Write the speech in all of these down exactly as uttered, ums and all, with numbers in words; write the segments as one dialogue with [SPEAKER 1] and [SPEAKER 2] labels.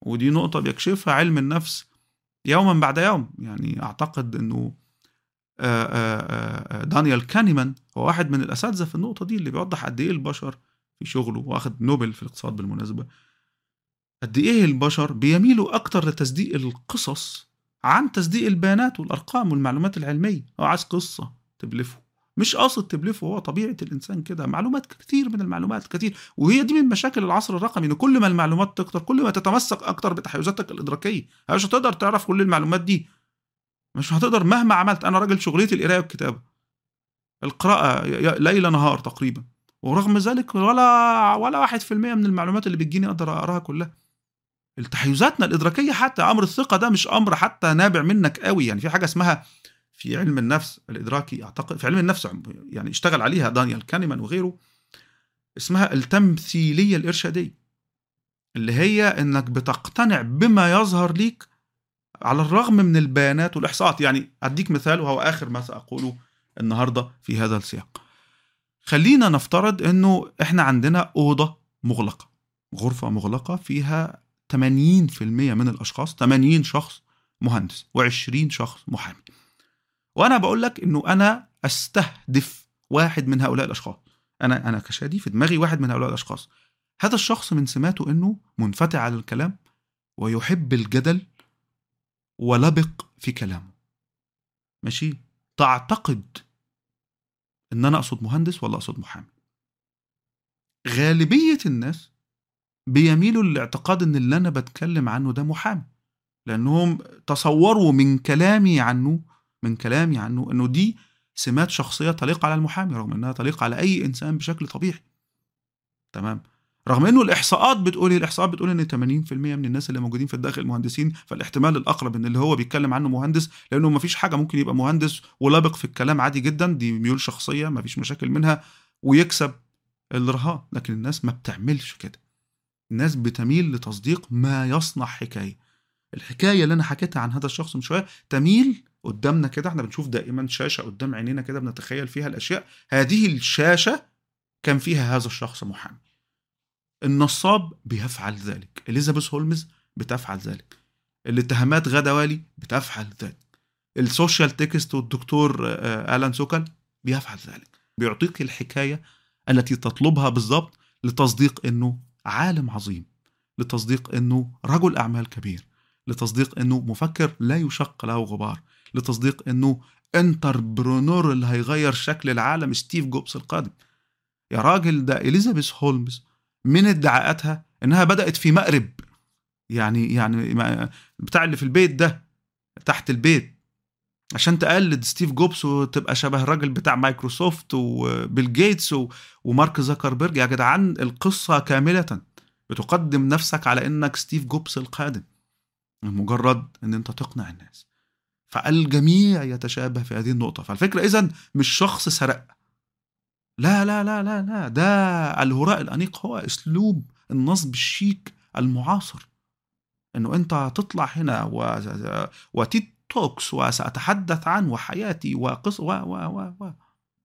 [SPEAKER 1] ودي نقطة بيكشفها علم النفس يوما بعد يوم. يعني أعتقد أنه دانيال كانيمان هو واحد من الأساتذة في النقطة دي، اللي بيوضح قد إيه البشر في شغله، واخد نوبل في الاقتصاد بالمناسبة، قد إيه البشر بيميلوا أكتر لتصديق القصص عن تصديق البيانات والأرقام والمعلومات العلمية. هو عايز قصة تبلفه، مش قاصد تبلفه، هو طبيعة الإنسان كده، معلومات كتير من المعلومات كتير. وهي دي من مشاكل العصر الرقمي، إن كل ما المعلومات تكتر كل ما تتمسك أكتر بتحيزاتك الإدراكية. مش هتقدر تعرف كل المعلومات دي، مش هتقدر مهما عملت. أنا راجل شغليتي القراءة والكتابة، القراءة ليل نهار تقريبا، ورغم ذلك ولا ولا واحد في المية من المعلومات اللي بتجيني أقدر أقراها كلها. التحيزاتنا الإدراكية، حتى أمر الثقة ده مش أمر حتى نابع منك قوي. يعني في حاجة اسمها في علم النفس الإدراكي، أعتقد في علم النفس يعني اشتغل عليها دانيال كانيمان وغيره، اسمها التمثيلية الإرشادية، اللي هي إنك بتقتنع بما يظهر ليك على الرغم من البيانات والإحصاءات. يعني أديك مثال وهو آخر ما سأقوله النهاردة في هذا السياق. خلينا نفترض إنه إحنا عندنا أوضة مغلقة، غرفة مغلقة فيها ثمانين بالمية من الأشخاص، ثمانين شخص مهندس وعشرين شخص محامي، وأنا بقول لك إنه أنا أستهدف واحد من هؤلاء الأشخاص. أنا أنا كشادي في دماغي واحد من هؤلاء الأشخاص. هذا الشخص من سماته إنه منفتح على الكلام ويحب الجدل ولبق في كلامه. ماشي؟ تعتقد إن أنا أقصد مهندس ولا أقصد محامي؟ غالبية الناس بيميلوا للاعتقاد إن اللي أنا بتكلم عنه ده محامي، لأنهم تصوروا من كلامي عنه من كلامي عنه إنه دي سمات شخصية تليق على المحامي، رغم إنها تليق على أي إنسان بشكل طبيعي. تمام؟ رغم إنه الإحصاءات بتقول الإحصاءات بتقول إن ثمانين بالمية من الناس اللي موجودين في الداخل مهندسين، فالاحتمال الأقرب إن اللي هو بيتكلم عنه مهندس، لأنه مفيش حاجة ممكن يبقى مهندس ولابق في الكلام عادي جدا، دي ميول شخصية مفيش مشاكل منها ويكسب الرهان. لكن الناس ما بتعملش كده، الناس بتميل لتصديق ما يصنع حكاية. الحكاية اللي أنا حكيتها عن هذا الشخص من شوية تميل قدامنا كده، احنا بنشوف دائما شاشة قدام عينينا كده بنتخيل فيها الأشياء. هذه الشاشة كان فيها هذا الشخص محامي. النصاب بيفعل ذلك، إليزابيث هولمز بتفعل ذلك، الاتهامات غدا والي بتفعل ذلك، السوشيال تكست والدكتور آلان سوكل بيفعل ذلك. بيعطيك الحكاية التي تطلبها بالضبط لتصديق إنه عالم عظيم، لتصديق إنه رجل أعمال كبير، لتصديق إنه مفكر لا يشق له غبار، لتصديق إنه انتربرونور اللي هيغير شكل العالم، ستيف جوبز القادم. يا راجل ده إليزابيث هولمز من ادعاءاتها إنها بدأت في مقرب، يعني يعني بتاع اللي في البيت ده تحت البيت، عشان تقلد ستيف جوبز وتبقى شبه الراجل بتاع مايكروسوفت وبيل جيتس ومارك زكربيرج. يا جدعان القصة كاملة بتقدم نفسك على إنك ستيف جوبز القادم، مجرد إن أنت تقنع الناس. فالجميع يتشابه في هذه النقطة. فالفكرة إذن مش شخص سرق، لا لا لا لا لا، ده الهراء الأنيق هو أسلوب النصب الشيك المعاصر، إنه أنت تطلع هنا و... وتيت توكس وسأتحدث عن وحياتي وقص و و و و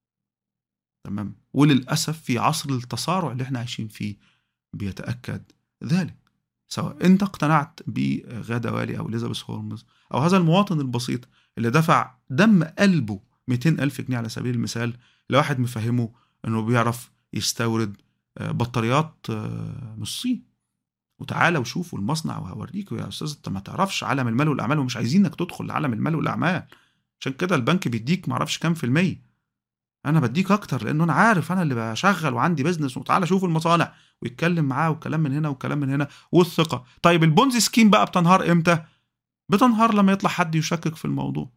[SPEAKER 1] تمام. وللأسف في عصر التسارع اللي احنا عايشين فيه بيتأكد ذلك، سواء انت اقتنعت بغادة والي أو إليزابيث هولمز أو هذا المواطن البسيط اللي دفع دم قلبه مئتين ألف جنيه على سبيل المثال لواحد مفهمه أنه بيعرف يستورد بطاريات من الصين. وتعالى وشوفوا المصنع وهوريك يا أستاذ، أنت ما تعرفش عالم المال والأعمال ومش عايزينك تدخل لعالم المال والأعمال، عشان كده البنك بيديك معرفش كام في المية. أنا بديك أكتر لأنه أنا عارف أنا اللي بشغل وعندي بزنس، وتعالى شوف المصانع ويتكلم معاه وكلام من هنا وكلام من هنا والثقة. طيب البونزي سكيم بقى بتنهار إمتى؟ بتنهار لما يطلع حد يشكك في الموضوع.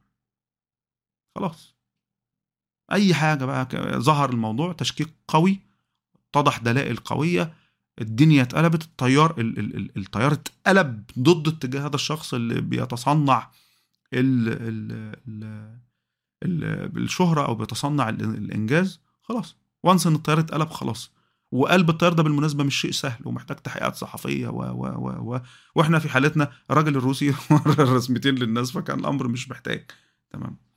[SPEAKER 1] خلاص أي حاجة بقى ظهر الموضوع تشكيك قوي، اتضح دلائل قوية، الدنيا اتقلبت، التيار ال ال ال التيار اتقلب ضد اتجاه هذا الشخص اللي بيتصنع ال ال ال ال الشهرة أو بيتصنع الإنجاز. خلاص وانس إن التيار اتقلب خلاص. وقلب التيار ده بالمناسبة مش شيء سهل ومحتاج تحقيقات صحفية و و و و وإحنا في حالتنا الراجل الروسي ورى الرسمتين للناس، فكان الأمر مش محتاج. تمام.